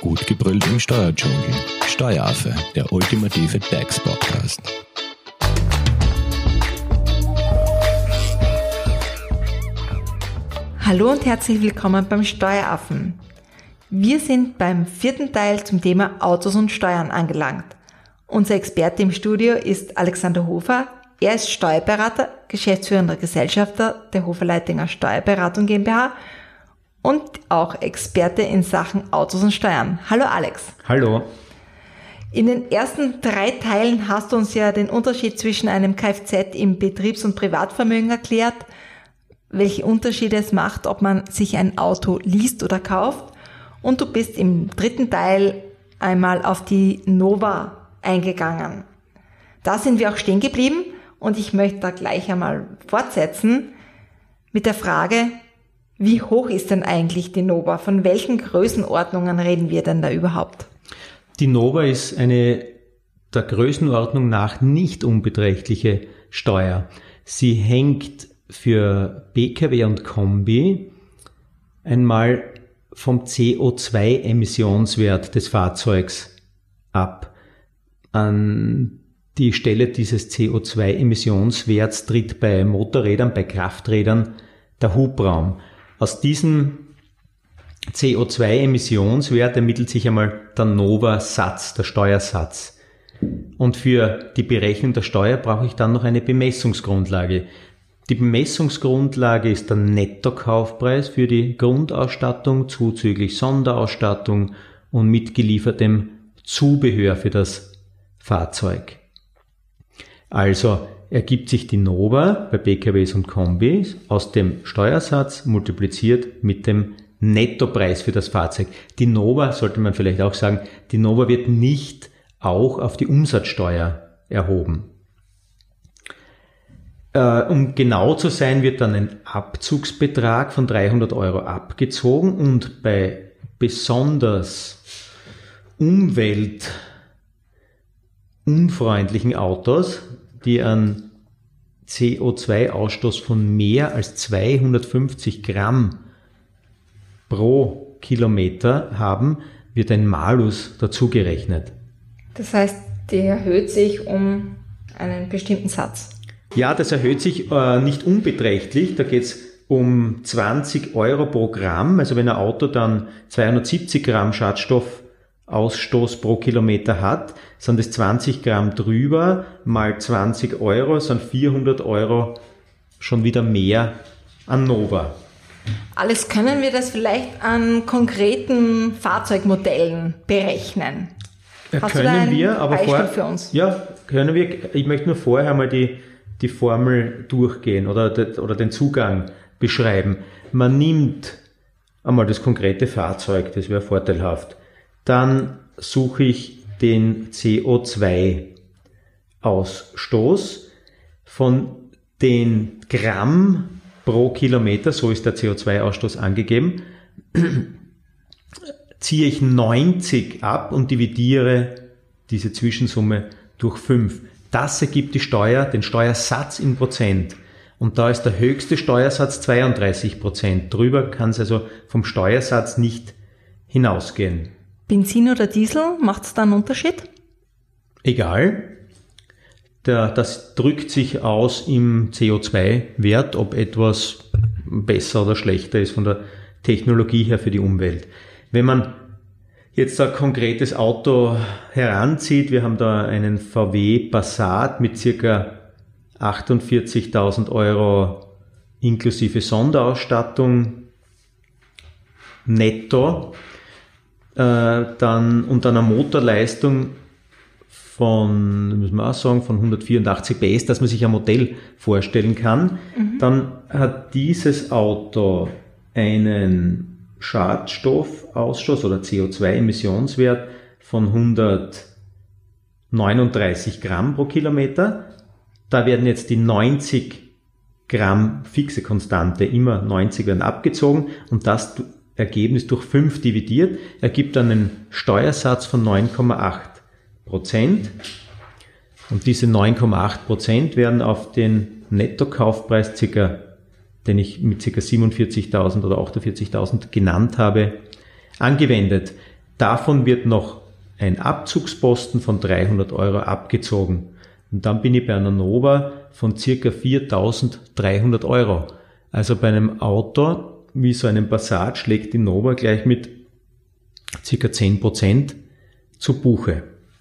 Gut gebrüllt im Steuerdschungel. Steueraffe, der ultimative DAX-Podcast. Hallo und herzlich willkommen beim Steueraffen. Wir sind beim 4. Teil zum Thema Autos und Steuern angelangt. Unser Experte im Studio ist Alexander Hofer. Er ist Steuerberater, geschäftsführender Gesellschafter der Hofer Leitinger Steuerberatung GmbH und auch Experte in Sachen Autos und Steuern. Hallo Alex. Hallo. In den ersten 3 Teilen hast du uns ja den Unterschied zwischen einem Kfz im Betriebs- und Privatvermögen erklärt, welche Unterschiede es macht, ob man sich ein Auto liest oder kauft. Und du bist im 3. Teil einmal auf die Nova eingegangen. Da sind wir auch stehen geblieben und ich möchte da gleich einmal fortsetzen mit der Frage, wie hoch ist denn eigentlich die Nova? Von welchen Größenordnungen reden wir denn da überhaupt? Die Nova ist eine der Größenordnung nach nicht unbeträchtliche Steuer. Sie hängt für Pkw und Kombi einmal vom CO2-Emissionswert des Fahrzeugs ab. An die Stelle dieses CO2-Emissionswerts tritt bei Motorrädern, bei Krafträdern der Hubraum. Aus diesem CO2-Emissionswert ermittelt sich einmal der Nova-Satz, der Steuersatz. Und für die Berechnung der Steuer brauche ich dann noch eine Bemessungsgrundlage. Die Bemessungsgrundlage ist der Nettokaufpreis für die Grundausstattung zuzüglich Sonderausstattung und mitgeliefertem Zubehör für das Fahrzeug. Also ergibt sich die Nova bei PKWs und Kombis aus dem Steuersatz multipliziert mit dem Nettopreis für das Fahrzeug. Die Nova, sollte man vielleicht auch sagen, die Nova wird nicht auch auf die Umsatzsteuer erhoben. Um genau zu sein, wird dann ein Abzugsbetrag von 300 € abgezogen und bei besonders umweltunfreundlichen Autos, die einen CO2-Ausstoß von mehr als 250 Gramm pro Kilometer haben, wird ein Malus dazugerechnet. Das heißt, der erhöht sich um einen bestimmten Satz. Ja, das erhöht sich nicht unbeträchtlich. Da geht es um 20 € pro Gramm. Also wenn ein Auto dann 270 Gramm Schadstoffausstoß pro Kilometer hat, sind es 20 Gramm drüber mal 20 €, sind 400 € schon wieder mehr an Nova. Alles können wir das vielleicht an konkreten Fahrzeugmodellen berechnen? Hast du da ein Beispiel für uns? Ja, können wir. Ich möchte nur vorher mal die Formel durchgehen oder den Zugang beschreiben. Man nimmt einmal das konkrete Fahrzeug, das wäre vorteilhaft. Dann suche ich den CO2-Ausstoß von den Gramm pro Kilometer, so ist der CO2-Ausstoß angegeben, ziehe ich 90 ab und dividiere diese Zwischensumme durch 5. Das ergibt den Steuersatz in Prozent. Und da ist der höchste Steuersatz 32%. Drüber kann es also vom Steuersatz nicht hinausgehen. Benzin oder Diesel, macht es da einen Unterschied? Egal. Das drückt sich aus im CO2-Wert, ob etwas besser oder schlechter ist von der Technologie her für die Umwelt. Wenn man jetzt ein konkretes Auto heranzieht, wir haben da einen VW Passat mit ca. 48.000 € inklusive Sonderausstattung netto, dann und einer Motorleistung von, müssen wir auch sagen, von 184 PS, dass man sich ein Modell vorstellen kann, dann hat dieses Auto einen Schadstoffausstoß oder CO2-Emissionswert von 139 Gramm pro Kilometer. Da werden jetzt die 90 Gramm fixe Konstante, immer 90 werden abgezogen und das Ergebnis durch 5 dividiert, ergibt dann einen Steuersatz von 9,8%. Und diese 9,8% werden auf den Nettokaufpreis den ich mit ca. 47.000 oder 48.000 genannt habe, angewendet. Davon wird noch ein Abzugsposten von 300 Euro abgezogen. Und dann bin ich bei einer Nova von circa 4.300 Euro. Also bei einem Auto wie so einem Passat schlägt die Nova gleich mit circa 10% zu Buche.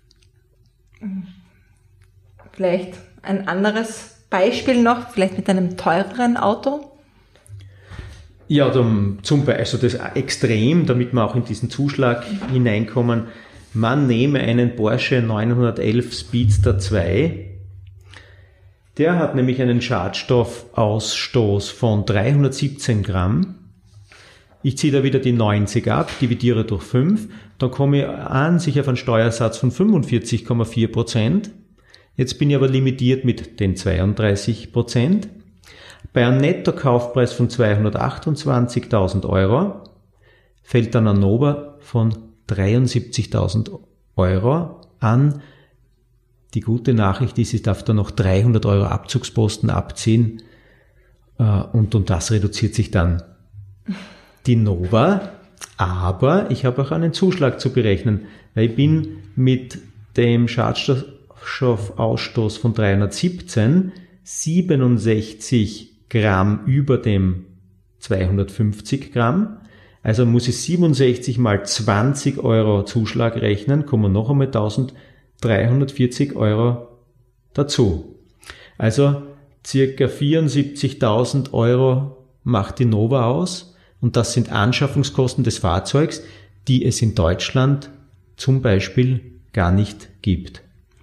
Vielleicht ein anderes Beispiel noch, vielleicht mit einem teureren Auto? Ja, zum Beispiel, also das Extrem, damit wir auch in diesen Zuschlag hineinkommen, man nehme einen Porsche 911 Speedster 2, der hat nämlich einen Schadstoffausstoß von 317 Gramm. Ich ziehe da wieder die 90 ab, dividiere durch 5, dann komme ich an sich auf einen Steuersatz von 45,4%. Jetzt bin ich aber limitiert mit den 32%. Bei einem Nettokaufpreis von 228.000 Euro fällt dann ein Nova von 73.000 Euro an. Die gute Nachricht ist, ich darf da noch 300 Euro Abzugsposten abziehen und um das reduziert sich dann die Nova. Aber ich habe auch einen Zuschlag zu berechnen, weil ich bin mit dem Schadstoffausstoß von 317 67 Gramm über dem 250 Gramm. Also muss ich 67 mal 20 Euro Zuschlag rechnen, kommen noch einmal 1.340 Euro dazu. Also circa 74.000 Euro macht die Nova aus und das sind Anschaffungskosten des Fahrzeugs, die es in Deutschland zum Beispiel gar nicht gibt.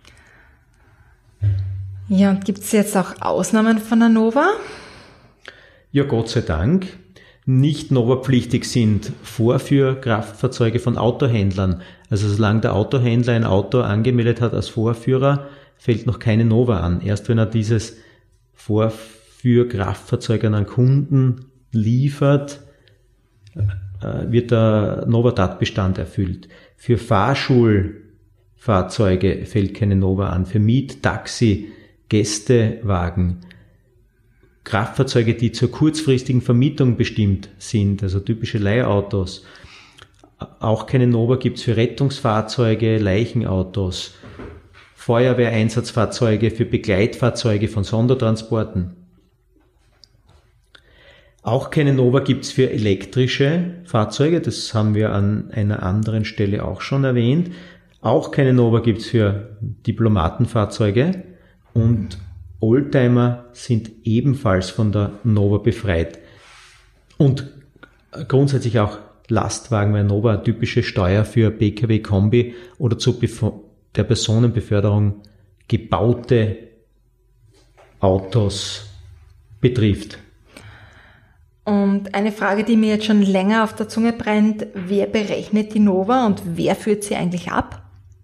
Ja, und gibt es jetzt auch Ausnahmen von der Nova? Ja, Gott sei Dank. Nicht Nova-pflichtig sind Vorführkraftfahrzeuge von Autohändlern. Also solange der Autohändler ein Auto angemeldet hat als Vorführer, fällt noch keine Nova an. Erst wenn er dieses Vorführkraftfahrzeug an einen Kunden liefert, wird der Nova-Tatbestand erfüllt. Für Fahrschulfahrzeuge fällt keine Nova an. Für Miet-, Gästewagen, Kraftfahrzeuge, die zur kurzfristigen Vermietung bestimmt sind, also typische Leihautos. Auch keine Nova gibt's für Rettungsfahrzeuge, Leichenautos, Feuerwehreinsatzfahrzeuge, für Begleitfahrzeuge von Sondertransporten. Auch keine Nova gibt's für elektrische Fahrzeuge, das haben wir an einer anderen Stelle auch schon erwähnt. Auch keine Nova gibt's für Diplomatenfahrzeuge. Und Oldtimer sind ebenfalls von der Nova befreit. Und grundsätzlich auch Lastwagen, weil Nova eine typische Steuer für Pkw, Kombi oder zu der Personenbeförderung gebaute Autos betrifft. Und eine Frage, die mir jetzt schon länger auf der Zunge brennt, wer berechnet die Nova und wer führt sie eigentlich ab?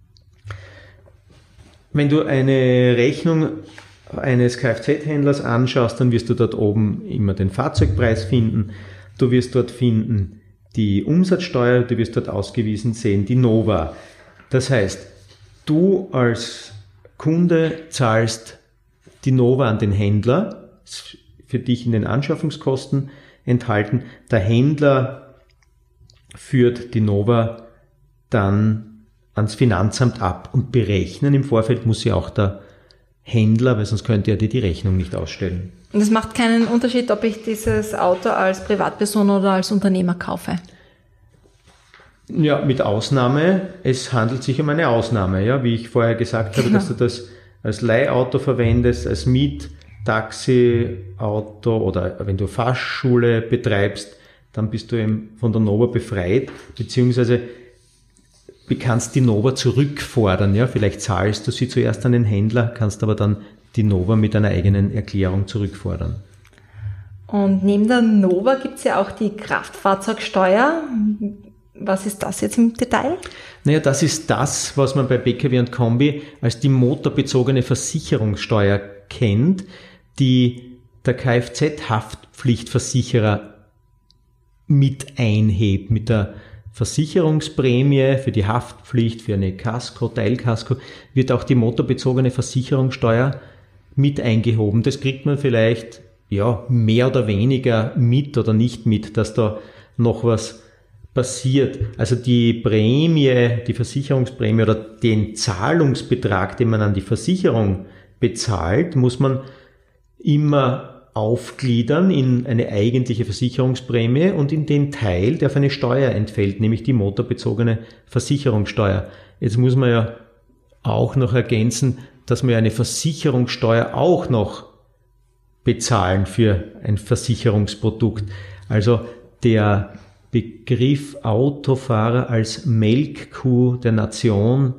Wenn du eine Rechnung eines Kfz-Händlers anschaust, dann wirst du dort oben immer den Fahrzeugpreis finden. Du wirst dort finden die Umsatzsteuer, du wirst dort ausgewiesen sehen die Nova. Das heißt, du als Kunde zahlst die Nova an den Händler, für dich in den Anschaffungskosten enthalten. Der Händler führt die Nova dann ans Finanzamt ab und berechnen. Im Vorfeld muss sie auch der Händler, weil sonst könnte er dir die Rechnung nicht ausstellen. Und es macht keinen Unterschied, ob ich dieses Auto als Privatperson oder als Unternehmer kaufe? Ja, mit Ausnahme, es handelt sich um eine Ausnahme, ja, wie ich vorher gesagt habe, dass du das als Leihauto verwendest, als Miet-Taxi-Auto oder wenn du Fahrschule betreibst, dann bist du eben von der Nova befreit, beziehungsweise kannst die Nova zurückfordern, ja, vielleicht zahlst du sie zuerst an den Händler, kannst aber dann die Nova mit einer eigenen Erklärung zurückfordern. Und neben der Nova gibt's ja auch die Kraftfahrzeugsteuer. Was ist das jetzt im Detail? Naja, das ist das, was man bei Pkw und Kombi als die motorbezogene Versicherungssteuer kennt, die der Kfz-Haftpflichtversicherer mit einhebt, mit der Versicherungsprämie für die Haftpflicht, für eine Kasko, Teilkasko, wird auch die motorbezogene Versicherungssteuer mit eingehoben. Das kriegt man vielleicht ja mehr oder weniger mit oder nicht mit, dass da noch was passiert. Also die Prämie, die Versicherungsprämie oder den Zahlungsbetrag, den man an die Versicherung bezahlt, muss man immer aufgliedern in eine eigentliche Versicherungsprämie und in den Teil, der auf eine Steuer entfällt, nämlich die motorbezogene Versicherungssteuer. Jetzt muss man ja auch noch ergänzen, dass wir eine Versicherungssteuer auch noch bezahlen für ein Versicherungsprodukt. Also der Begriff Autofahrer als Melkkuh der Nation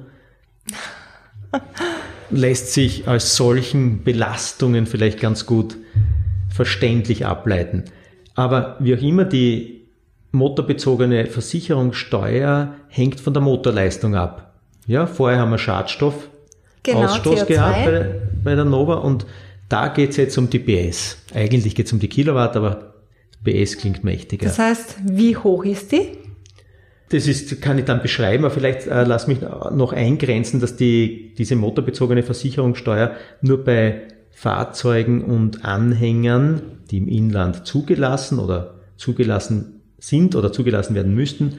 lässt sich als solchen Belastungen vielleicht ganz gut verständlich ableiten. Aber wie auch immer, die motorbezogene Versicherungssteuer hängt von der Motorleistung ab. Ja, vorher haben wir Schadstoff, Ausstoß CO2 gehabt bei der Nova und da geht es jetzt um die PS. Eigentlich geht es um die Kilowatt, aber PS klingt mächtiger. Das heißt, wie hoch ist die? Kann ich dann beschreiben, aber vielleicht lass mich noch eingrenzen, dass diese motorbezogene Versicherungssteuer nur bei Fahrzeugen und Anhängern, die im Inland zugelassen sind oder zugelassen werden müssten,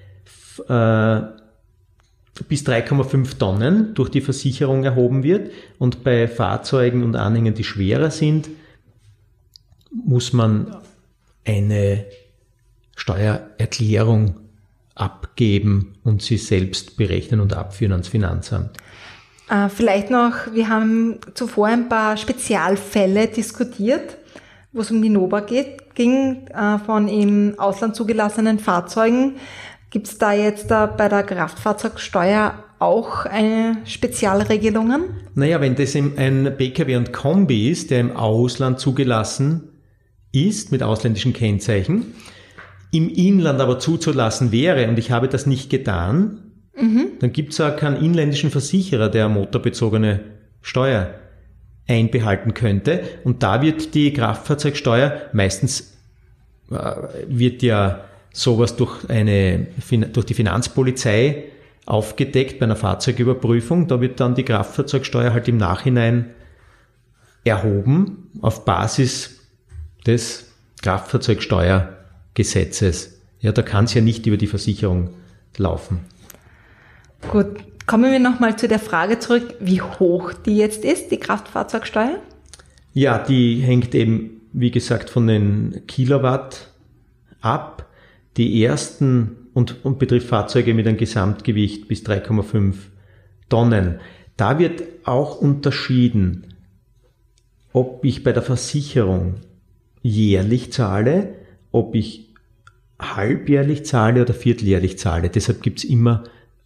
bis 3,5 Tonnen durch die Versicherung erhoben wird und bei Fahrzeugen und Anhängern, die schwerer sind, muss man eine Steuererklärung abgeben und sie selbst berechnen und abführen ans Finanzamt. Vielleicht noch, wir haben zuvor ein paar Spezialfälle diskutiert, wo es um die Nova ging, von im Ausland zugelassenen Fahrzeugen. Gibt es da jetzt bei der Kraftfahrzeugsteuer auch Spezialregelungen? Naja, wenn das ein PKW und Kombi ist, der im Ausland zugelassen ist, mit ausländischen Kennzeichen, im Inland aber zuzulassen wäre, und ich habe das nicht getan, dann gibt es auch keinen inländischen Versicherer, der motorbezogene Steuer einbehalten könnte. Und da wird die Kraftfahrzeugsteuer, meistens wird ja sowas durch die Finanzpolizei aufgedeckt bei einer Fahrzeugüberprüfung. Da wird dann die Kraftfahrzeugsteuer halt im Nachhinein erhoben auf Basis des Kraftfahrzeugsteuergesetzes. Ja, da kann es ja nicht über die Versicherung laufen. Gut, kommen wir nochmal zu der Frage zurück, wie hoch die jetzt ist, die Kraftfahrzeugsteuer? Ja, die hängt eben, wie gesagt, von den Kilowatt ab. Die ersten und betrifft Fahrzeuge mit einem Gesamtgewicht bis 3,5 Tonnen. Da wird auch unterschieden, ob ich bei der Versicherung jährlich zahle, ob ich halbjährlich zahle oder vierteljährlich zahle. Deshalb gibt es immer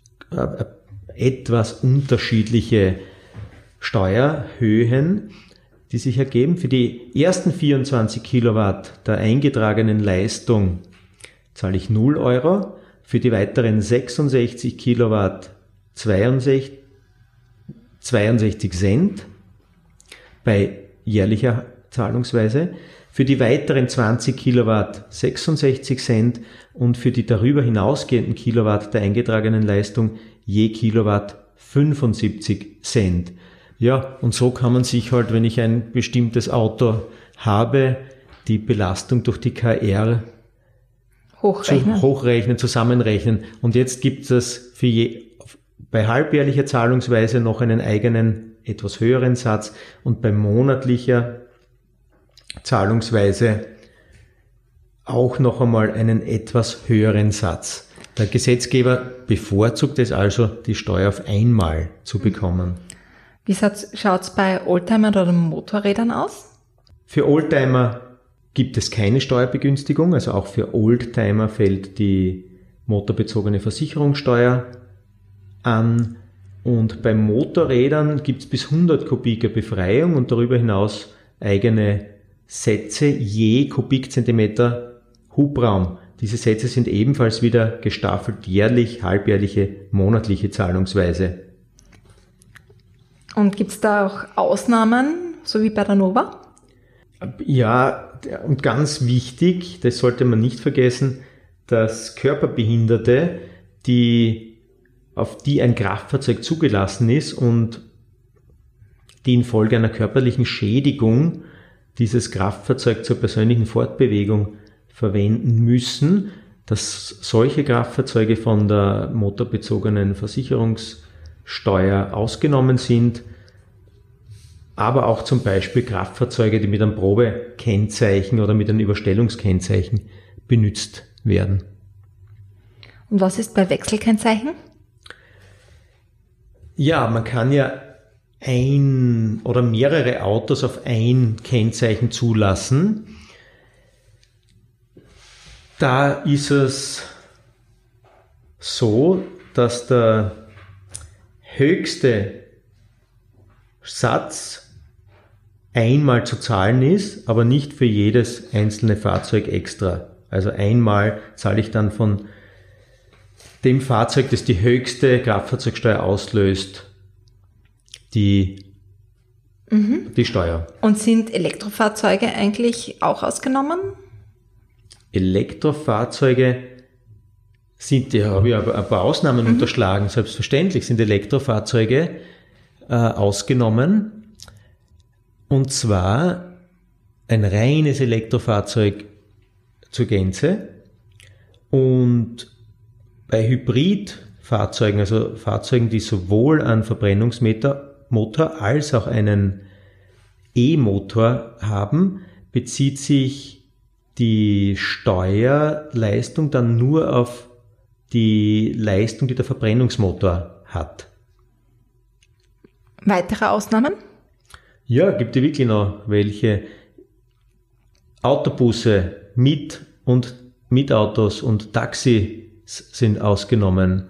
etwas unterschiedliche Steuerhöhen, die sich ergeben. Für die ersten 24 Kilowatt der eingetragenen Leistung zahle ich 0 Euro, für die weiteren 66 Kilowatt 62 Cent bei jährlicher Zahlungsweise, für die weiteren 20 Kilowatt 66 Cent und für die darüber hinausgehenden Kilowatt der eingetragenen Leistung je Kilowatt 75 Cent. Ja, und so kann man sich halt, wenn ich ein bestimmtes Auto habe, die Belastung durch die KR hochrechnen, zusammenrechnen. Und jetzt gibt es bei halbjährlicher Zahlungsweise noch einen eigenen, etwas höheren Satz und bei monatlicher Zahlungsweise auch noch einmal einen etwas höheren Satz. Der Gesetzgeber bevorzugt es also, die Steuer auf einmal zu bekommen. Wie schaut es bei Oldtimern oder Motorrädern aus? Für Oldtimer gibt es keine Steuerbegünstigung, also auch für Oldtimer fällt die motorbezogene Versicherungssteuer an. Und bei Motorrädern gibt es bis 100 Kubik Befreiung und darüber hinaus eigene Sätze je Kubikzentimeter Hubraum. Diese Sätze sind ebenfalls wieder gestaffelt jährlich, halbjährliche, monatliche Zahlungsweise. Und gibt es da auch Ausnahmen, so wie bei der Nova? Ja, und ganz wichtig, das sollte man nicht vergessen, dass Körperbehinderte, auf die ein Kraftfahrzeug zugelassen ist und die infolge einer körperlichen Schädigung dieses Kraftfahrzeug zur persönlichen Fortbewegung verwenden müssen, dass solche Kraftfahrzeuge von der motorbezogenen Versicherungssteuer ausgenommen sind, aber auch zum Beispiel Kraftfahrzeuge, die mit einem Probekennzeichen oder mit einem Überstellungskennzeichen benutzt werden. Und was ist bei Wechselkennzeichen? Ja, man kann ja ein oder mehrere Autos auf ein Kennzeichen zulassen. Da ist es so, dass der höchste Satz einmal zu zahlen ist, aber nicht für jedes einzelne Fahrzeug extra. Also einmal zahle ich dann von dem Fahrzeug, das die höchste Kraftfahrzeugsteuer auslöst, die Steuer. Und sind Elektrofahrzeuge eigentlich auch ausgenommen? Elektrofahrzeuge sind, da habe ich aber ein paar Ausnahmen unterschlagen. Selbstverständlich sind Elektrofahrzeuge ausgenommen. Und zwar ein reines Elektrofahrzeug zur Gänze. Und bei Hybridfahrzeugen, also Fahrzeugen, die sowohl einen Verbrennungsmotor als auch einen E-Motor haben, bezieht sich die Steuerleistung dann nur auf die Leistung, die der Verbrennungsmotor hat. Weitere Ausnahmen? Ja, gibt es wirklich noch welche. Autobusse mit Autos und Taxis sind ausgenommen.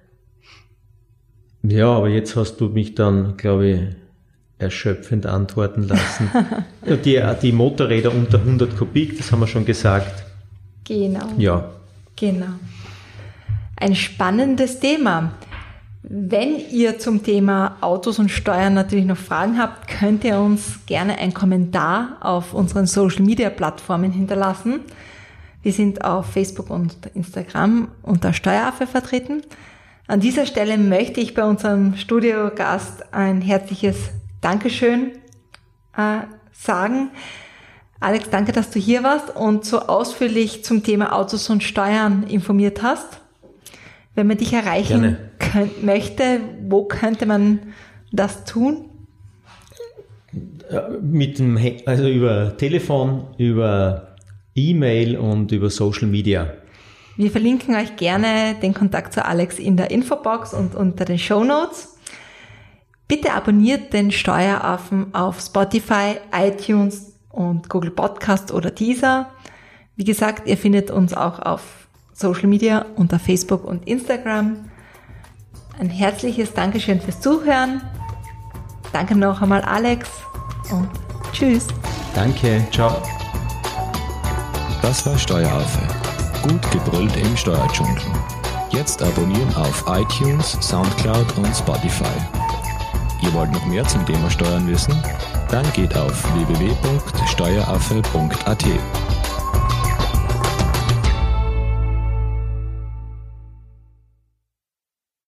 Ja, aber jetzt hast du mich dann, glaube ich, erschöpfend antworten lassen. Die Motorräder unter 100 Kubik, das haben wir schon gesagt. Genau. Ja. Genau. Ein spannendes Thema. Wenn ihr zum Thema Autos und Steuern natürlich noch Fragen habt, könnt ihr uns gerne einen Kommentar auf unseren Social-Media-Plattformen hinterlassen. Wir sind auf Facebook und Instagram unter Steueraffe vertreten. An dieser Stelle möchte ich bei unserem Studiogast ein herzliches Dankeschön sagen. Alex, danke, dass du hier warst und so ausführlich zum Thema Autos und Steuern informiert hast. Wenn man dich erreichen möchte, wo könnte man das tun? Also über Telefon, über E-Mail und über Social Media. Wir verlinken euch gerne den Kontakt zu Alex in der Infobox und unter den Shownotes. Bitte abonniert den Steueraffen auf Spotify, iTunes und Google Podcast oder Deezer. Wie gesagt, ihr findet uns auch auf Social Media unter Facebook und Instagram. Ein herzliches Dankeschön fürs Zuhören. Danke noch einmal, Alex, und tschüss. Danke, ciao. Das war Steueraffe. Gut gebrüllt im Steuerdschungel. Jetzt abonnieren auf iTunes, Soundcloud und Spotify. Ihr wollt noch mehr zum Thema Steuern wissen? Dann geht auf www.steueraffe.at.